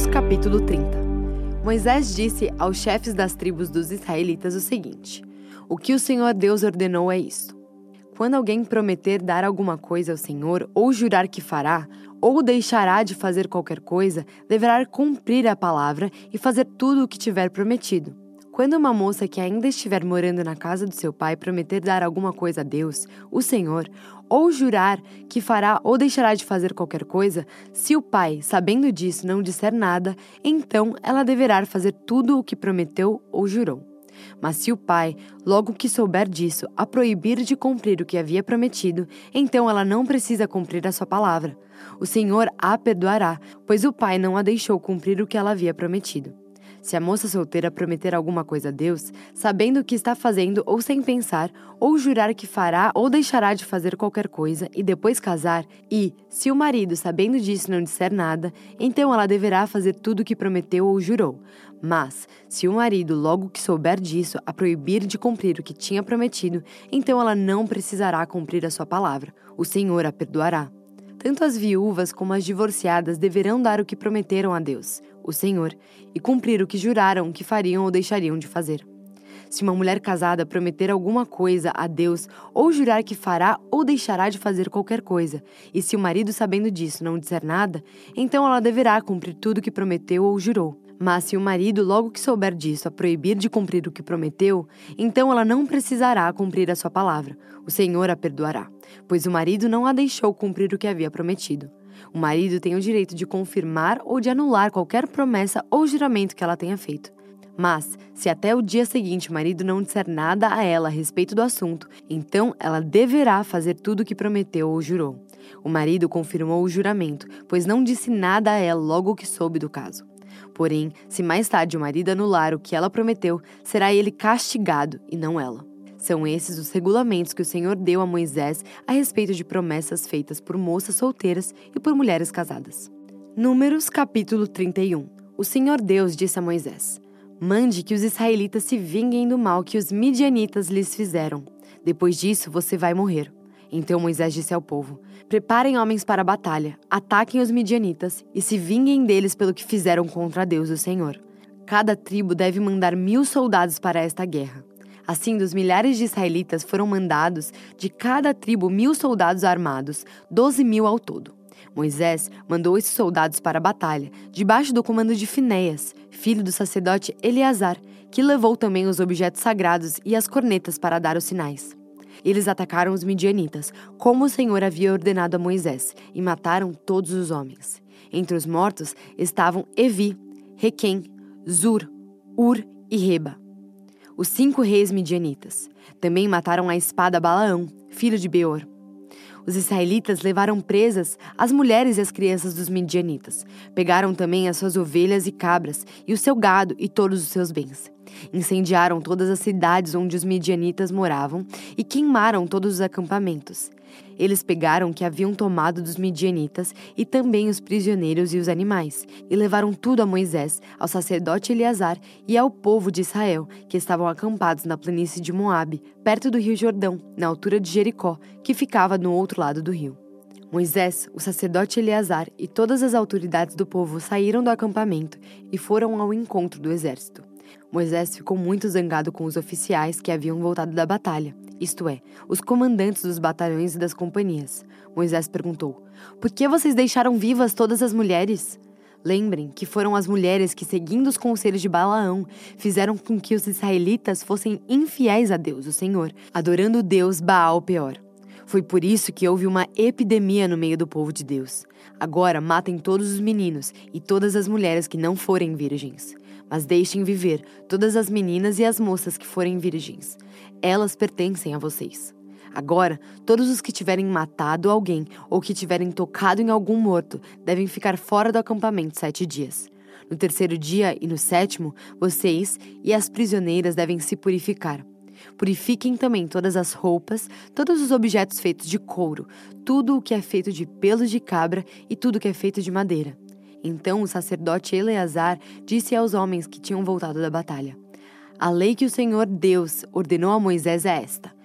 Números capítulo 30. Moisés disse aos chefes das tribos dos israelitas o seguinte: o que o Senhor Deus ordenou é isto: quando alguém prometer dar alguma coisa ao Senhor, ou jurar que fará, ou deixará de fazer qualquer coisa, deverá cumprir a palavra e fazer tudo o que tiver prometido. Quando uma moça que ainda estiver morando na casa do seu pai prometer dar alguma coisa a Deus, o Senhor, ou jurar que fará ou deixará de fazer qualquer coisa, se o pai, sabendo disso, não disser nada, então ela deverá fazer tudo o que prometeu ou jurou. Mas se o pai, logo que souber disso, a proibir de cumprir o que havia prometido, então ela não precisa cumprir a sua palavra. O Senhor a perdoará, pois o pai não a deixou cumprir o que ela havia prometido. Se a moça solteira prometer alguma coisa a Deus, sabendo o que está fazendo ou sem pensar, ou jurar que fará ou deixará de fazer qualquer coisa e depois casar, e, se o marido, sabendo disso, não disser nada, então ela deverá fazer tudo o que prometeu ou jurou. Mas, se o marido, logo que souber disso, a proibir de cumprir o que tinha prometido, então ela não precisará cumprir a sua palavra. O Senhor a perdoará. Tanto as viúvas como as divorciadas deverão dar o que prometeram a Deus, o Senhor, e cumprir o que juraram que fariam ou deixariam de fazer. Se uma mulher casada prometer alguma coisa a Deus, ou jurar que fará ou deixará de fazer qualquer coisa, e se o marido, sabendo disso, não disser nada, então ela deverá cumprir tudo o que prometeu ou jurou. Mas se o marido, logo que souber disso, a proibir de cumprir o que prometeu, então ela não precisará cumprir a sua palavra. O Senhor a perdoará, pois o marido não a deixou cumprir o que havia prometido. O marido tem o direito de confirmar ou de anular qualquer promessa ou juramento que ela tenha feito. Mas, se até o dia seguinte o marido não disser nada a ela a respeito do assunto, então ela deverá fazer tudo o que prometeu ou jurou. O marido confirmou o juramento, pois não disse nada a ela logo que soube do caso. Porém, se mais tarde o marido anular o que ela prometeu, será ele castigado e não ela. São esses os regulamentos que o Senhor deu a Moisés a respeito de promessas feitas por moças solteiras e por mulheres casadas. Números capítulo 31. O Senhor Deus disse a Moisés: mande que os israelitas se vinguem do mal que os midianitas lhes fizeram. Depois disso, você vai morrer. Então Moisés disse ao povo: preparem homens para a batalha, ataquem os midianitas e se vinguem deles pelo que fizeram contra Deus, o Senhor. Cada tribo deve mandar 1000 soldados para esta guerra. Assim, dos milhares de israelitas foram mandados de cada tribo 1000 soldados armados, 12.000 ao todo. Moisés mandou esses soldados para a batalha, debaixo do comando de Finéias, filho do sacerdote Eleazar, que levou também os objetos sagrados e as cornetas para dar os sinais. Eles atacaram os midianitas, como o Senhor havia ordenado a Moisés, e mataram todos os homens. Entre os mortos estavam Evi, Requem, Zur, Ur e Reba, os 5 reis midianitas. Também mataram à espada Balaão, filho de Beor. Os israelitas levaram presas as mulheres e as crianças dos midianitas. Pegaram também as suas ovelhas e cabras, e o seu gado e todos os seus bens. Incendiaram todas as cidades onde os midianitas moravam e queimaram todos os acampamentos. Eles pegaram o que haviam tomado dos midianitas e também os prisioneiros e os animais, e levaram tudo a Moisés, ao sacerdote Eleazar e ao povo de Israel, que estavam acampados na planície de Moabe, perto do rio Jordão, na altura de Jericó, que ficava no outro lado do rio. Moisés, o sacerdote Eleazar e todas as autoridades do povo saíram do acampamento e foram ao encontro do exército. Moisés ficou muito zangado com os oficiais que haviam voltado da batalha, isto é, os comandantes dos batalhões e das companhias. Moisés perguntou: por que vocês deixaram vivas todas as mulheres? Lembrem que foram as mulheres que, seguindo os conselhos de Balaão, fizeram com que os israelitas fossem infiéis a Deus, o Senhor, adorando o Deus Baal-Peor. Foi por isso que houve uma epidemia no meio do povo de Deus. Agora matem todos os meninos e todas as mulheres que não forem virgens. Mas deixem viver todas as meninas e as moças que forem virgens. Elas pertencem a vocês. Agora, todos os que tiverem matado alguém ou que tiverem tocado em algum morto devem ficar fora do acampamento 7 dias. No 3º dia e no 7º, vocês e as prisioneiras devem se purificar. Purifiquem também todas as roupas, todos os objetos feitos de couro, tudo o que é feito de pelos de cabra e tudo o que é feito de madeira. Então o sacerdote Eleazar disse aos homens que tinham voltado da batalha: a lei que o Senhor Deus ordenou a Moisés é esta: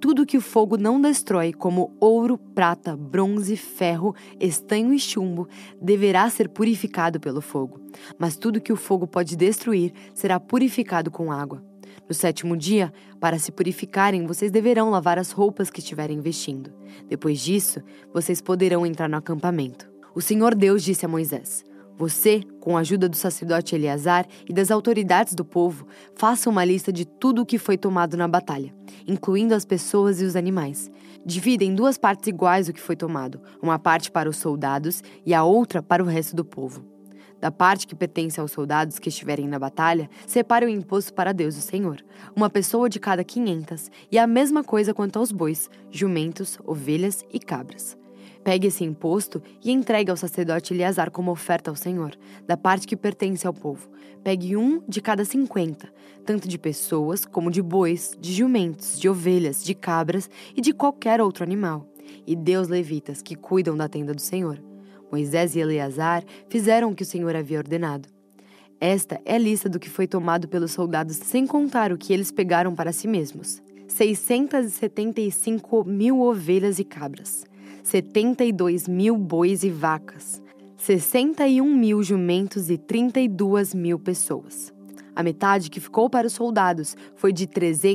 tudo que o fogo não destrói, como ouro, prata, bronze, ferro, estanho e chumbo, deverá ser purificado pelo fogo. Mas tudo que o fogo pode destruir será purificado com água. No 7º dia, para se purificarem, vocês deverão lavar as roupas que estiverem vestindo. Depois disso, vocês poderão entrar no acampamento. O Senhor Deus disse a Moisés: você, com a ajuda do sacerdote Eleazar e das autoridades do povo, faça uma lista de tudo o que foi tomado na batalha, incluindo as pessoas e os animais. Divida em 2 partes iguais o que foi tomado, uma parte para os soldados e a outra para o resto do povo. Da parte que pertence aos soldados que estiverem na batalha, separe o imposto para Deus, o Senhor, uma pessoa de cada 500, e a mesma coisa quanto aos bois, jumentos, ovelhas e cabras. Pegue esse imposto e entregue ao sacerdote Eleazar como oferta ao Senhor, da parte que pertence ao povo. Pegue 1 de cada 50, tanto de pessoas como de bois, de jumentos, de ovelhas, de cabras e de qualquer outro animal. E dê aos levitas que cuidam da tenda do Senhor. Moisés e Eleazar fizeram o que o Senhor havia ordenado. Esta é a lista do que foi tomado pelos soldados, sem contar o que eles pegaram para si mesmos: 675.000 ovelhas e cabras, 72.000 bois e vacas, 61.000 jumentos e 32.000 pessoas. A metade que ficou para os soldados foi de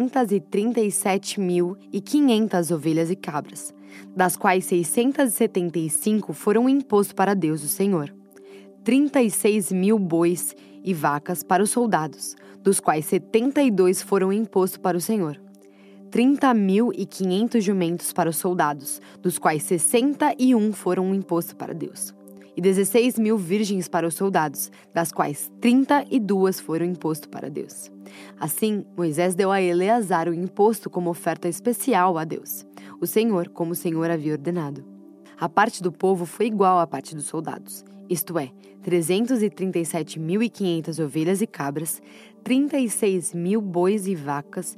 337.500 ovelhas e cabras, das quais 675 foram imposto para Deus, o Senhor. 36.000 bois e vacas para os soldados, dos quais 72 foram imposto para o Senhor. 30.500 jumentos para os soldados, dos quais 61 foram imposto para Deus. E 16.000 virgens para os soldados, das quais 32 foram imposto para Deus. Assim, Moisés deu a Eleazar o imposto como oferta especial a Deus, o Senhor, como o Senhor havia ordenado. A parte do povo foi igual à parte dos soldados, isto é, 337.500 ovelhas e cabras, 36.000 bois e vacas,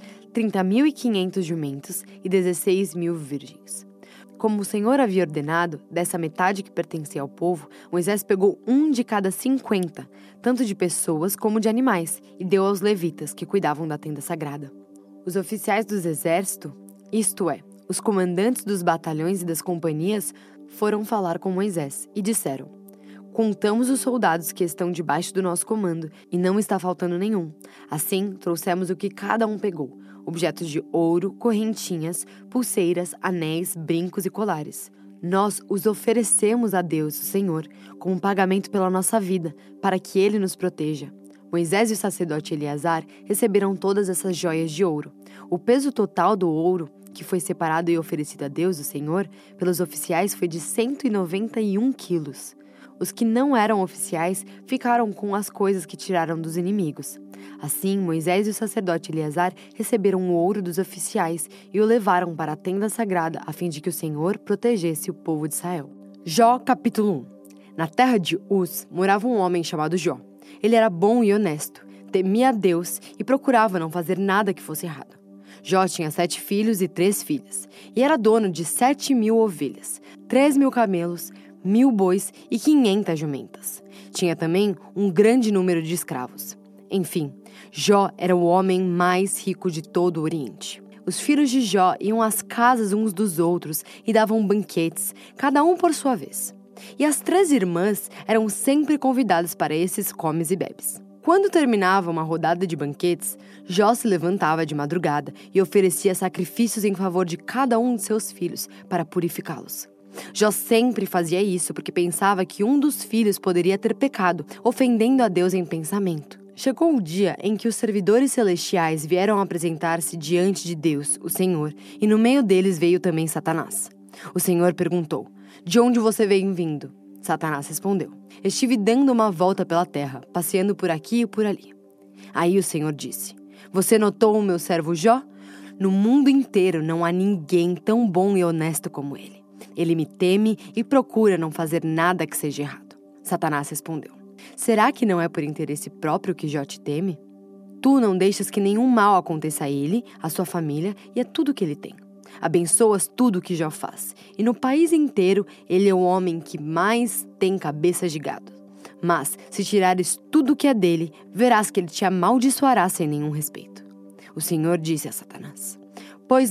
30.500 jumentos e 16.000 virgens. Como o Senhor havia ordenado, dessa metade que pertencia ao povo, Moisés pegou 1 de cada 50, tanto de pessoas como de animais, e deu aos levitas, que cuidavam da tenda sagrada. Os oficiais dos exércitos, isto é, os comandantes dos batalhões e das companhias, foram falar com Moisés e disseram: contamos os soldados que estão debaixo do nosso comando e não está faltando nenhum. Assim, trouxemos o que cada um pegou: objetos de ouro, correntinhas, pulseiras, anéis, brincos e colares. Nós os oferecemos a Deus, o Senhor, como pagamento pela nossa vida, para que Ele nos proteja. Moisés e o sacerdote Eleazar receberam todas essas joias de ouro. O peso total do ouro que foi separado e oferecido a Deus, o Senhor, pelos oficiais foi de 191 quilos. Os que não eram oficiais ficaram com as coisas que tiraram dos inimigos. Assim, Moisés e o sacerdote Eleazar receberam o ouro dos oficiais e o levaram para a tenda sagrada, a fim de que o Senhor protegesse o povo de Israel. Jó, capítulo 1. Na terra de Uz morava um homem chamado Jó. Ele era bom e honesto, temia a Deus e procurava não fazer nada que fosse errado. Jó tinha 7 filhos e 3 filhas, e era dono de 7.000 ovelhas, 3.000 camelos, 1.000 bois e 500 jumentas. Tinha também um grande número de escravos. Enfim, Jó era o homem mais rico de todo o Oriente. Os filhos de Jó iam às casas uns dos outros e davam banquetes, cada um por sua vez. E as 3 irmãs eram sempre convidadas para esses comes e bebes. Quando terminava uma rodada de banquetes, Jó se levantava de madrugada e oferecia sacrifícios em favor de cada um de seus filhos para purificá-los. Jó sempre fazia isso porque pensava que um dos filhos poderia ter pecado, ofendendo a Deus em pensamento. Chegou o dia em que os servidores celestiais vieram apresentar-se diante de Deus, o Senhor, e no meio deles veio também Satanás. O Senhor perguntou: de onde você veio vindo? Satanás respondeu: estive dando uma volta pela terra, passeando por aqui e por ali. Aí o Senhor disse: você notou o meu servo Jó? No mundo inteiro não há ninguém tão bom e honesto como ele. Ele me teme e procura não fazer nada que seja errado. Satanás respondeu: será que não é por interesse próprio que Jó te teme? Tu não deixas que nenhum mal aconteça a ele, a sua família e a tudo que ele tem. Abençoas tudo o que Jó faz, e no país inteiro ele é o homem que mais tem cabeças de gado. Mas, se tirares tudo o que é dele, verás que ele te amaldiçoará sem nenhum respeito. O Senhor disse a Satanás: pois bem,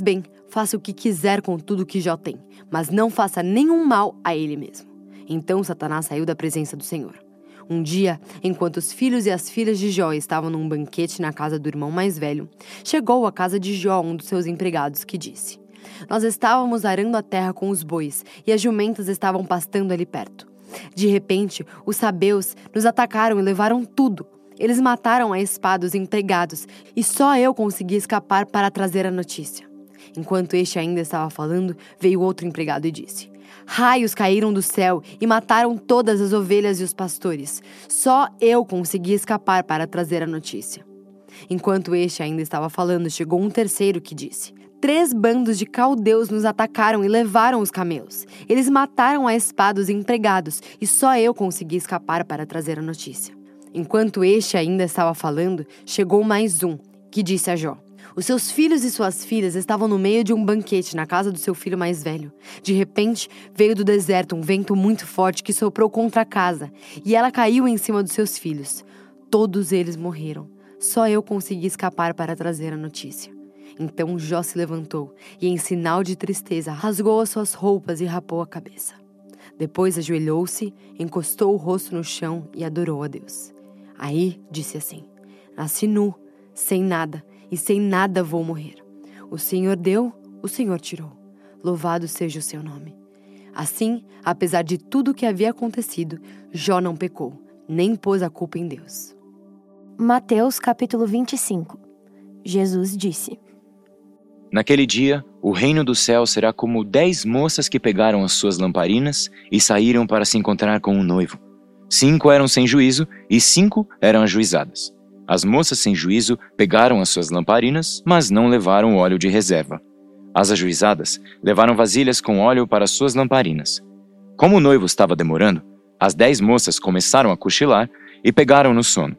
faça o que quiser com tudo que Jó tem, mas não faça nenhum mal a ele mesmo. Então Satanás saiu da presença do Senhor. Um dia, enquanto os filhos e as filhas de Jó estavam num banquete na casa do irmão mais velho, chegou à casa de Jó um dos seus empregados que disse: Nós estávamos arando a terra com os bois e as jumentas estavam pastando ali perto. De repente, os sabeus nos atacaram e levaram tudo. Eles mataram a espada os empregados e só eu consegui escapar para trazer a notícia. Enquanto este ainda estava falando, veio outro empregado e disse: Raios caíram do céu e mataram todas as ovelhas e os pastores. Só eu consegui escapar para trazer a notícia. Enquanto este ainda estava falando, chegou um terceiro que disse: 3 bandos de caldeus nos atacaram e levaram os camelos. Eles mataram a espada os empregados e só eu consegui escapar para trazer a notícia. Enquanto este ainda estava falando, chegou mais um, que disse a Jó: Os seus filhos e suas filhas estavam no meio de um banquete na casa do seu filho mais velho. De repente, veio do deserto um vento muito forte que soprou contra a casa, e ela caiu em cima dos seus filhos. Todos eles morreram. Só eu consegui escapar para trazer a notícia. Então Jó se levantou e, em sinal de tristeza, rasgou as suas roupas e rapou a cabeça. Depois ajoelhou-se, encostou o rosto no chão e adorou a Deus. Aí disse assim: Nasci nu, sem nada, e sem nada vou morrer. O Senhor deu, o Senhor tirou. Louvado seja o seu nome. Assim, apesar de tudo o que havia acontecido, Jó não pecou, nem pôs a culpa em Deus. Mateus capítulo 25. Jesus disse: Naquele dia, o reino do céu será como 10 moças que pegaram as suas lamparinas e saíram para se encontrar com um noivo. 5 eram sem juízo e 5 eram ajuizadas. As moças sem juízo pegaram as suas lamparinas, mas não levaram óleo de reserva. As ajuizadas levaram vasilhas com óleo para suas lamparinas. Como o noivo estava demorando, as 10 moças começaram a cochilar e pegaram no sono.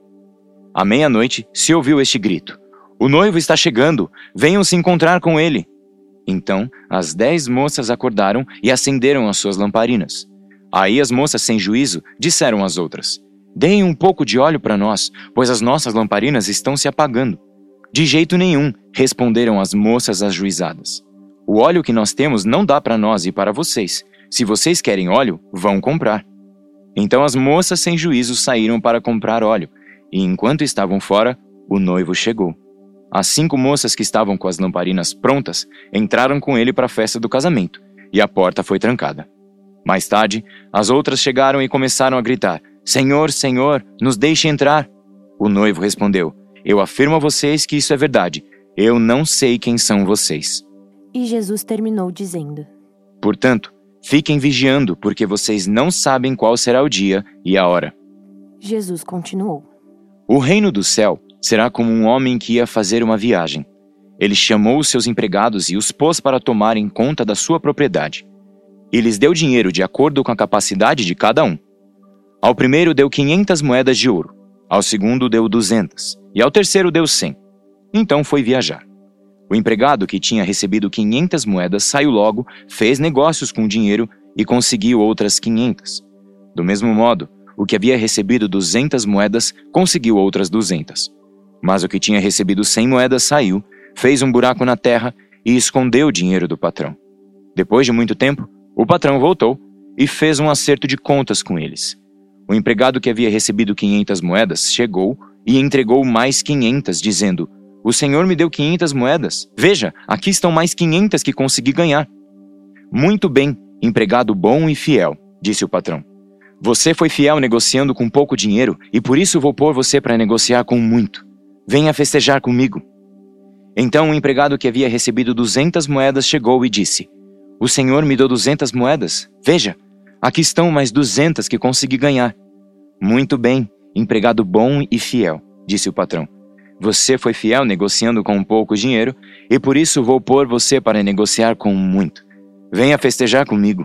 À meia-noite se ouviu este grito: O noivo está chegando, venham se encontrar com ele. Então as 10 moças acordaram e acenderam as suas lamparinas. Aí as moças sem juízo disseram às outras: Deem um pouco de óleo para nós, pois as nossas lamparinas estão se apagando. De jeito nenhum, responderam as moças ajuizadas. O óleo que nós temos não dá para nós e para vocês. Se vocês querem óleo, vão comprar. Então as moças sem juízo saíram para comprar óleo, e enquanto estavam fora, o noivo chegou. As 5 moças que estavam com as lamparinas prontas entraram com ele para a festa do casamento, e a porta foi trancada. Mais tarde, as outras chegaram e começaram a gritar: Senhor, Senhor, nos deixe entrar. O noivo respondeu: Eu afirmo a vocês que isso é verdade. Eu não sei quem são vocês. E Jesus terminou dizendo: Portanto, fiquem vigiando, porque vocês não sabem qual será o dia e a hora. Jesus continuou: O reino do céu será como um homem que ia fazer uma viagem. Ele chamou os seus empregados e os pôs para tomarem conta da sua propriedade. E lhes deu dinheiro de acordo com a capacidade de cada um. Ao primeiro deu 500 moedas de ouro, ao segundo deu 200, e ao terceiro deu 100. Então foi viajar. O empregado que tinha recebido 500 moedas saiu logo, fez negócios com o dinheiro e conseguiu outras 500. Do mesmo modo, o que havia recebido 200 moedas conseguiu outras 200. Mas o que tinha recebido 100 moedas saiu, fez um buraco na terra e escondeu o dinheiro do patrão. Depois de muito tempo, o patrão voltou e fez um acerto de contas com eles. O empregado que havia recebido 500 moedas chegou e entregou mais 500, dizendo: O senhor me deu 500 moedas. Veja, aqui estão mais 500 que consegui ganhar. Muito bem, empregado bom e fiel, disse o patrão. Você foi fiel negociando com pouco dinheiro e por isso vou pôr você para negociar com muito. Venha festejar comigo. Então o empregado que havia recebido 200 moedas chegou e disse: O senhor me deu 200 moedas. Veja, aqui estão mais 200 que consegui ganhar. Muito bem, empregado bom e fiel, disse o patrão. Você foi fiel negociando com pouco dinheiro e por isso vou pôr você para negociar com muito. Venha festejar comigo.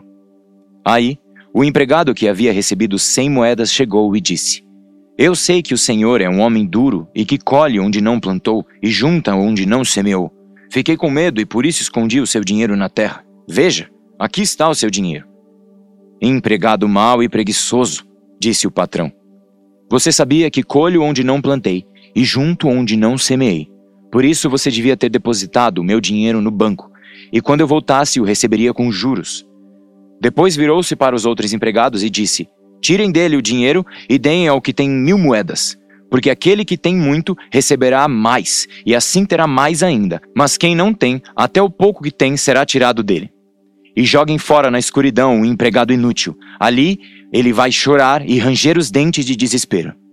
Aí, o empregado que havia recebido 100 moedas chegou e disse: Eu sei que o senhor é um homem duro e que colhe onde não plantou e junta onde não semeou. Fiquei com medo e por isso escondi o seu dinheiro na terra. Veja, aqui está o seu dinheiro. Empregado mau e preguiçoso, disse o patrão. Você sabia que colho onde não plantei e junto onde não semeei. Por isso você devia ter depositado o meu dinheiro no banco. e quando eu voltasse o receberia com juros. Depois virou-se para os outros empregados e disse: tirem dele o dinheiro e deem ao que tem 1000 moedas, porque aquele que tem muito receberá mais, e assim terá mais ainda. Mas quem não tem, até o pouco que tem será tirado dele. E joguem fora na escuridão o empregado inútil. Ali ele vai chorar e ranger os dentes de desespero.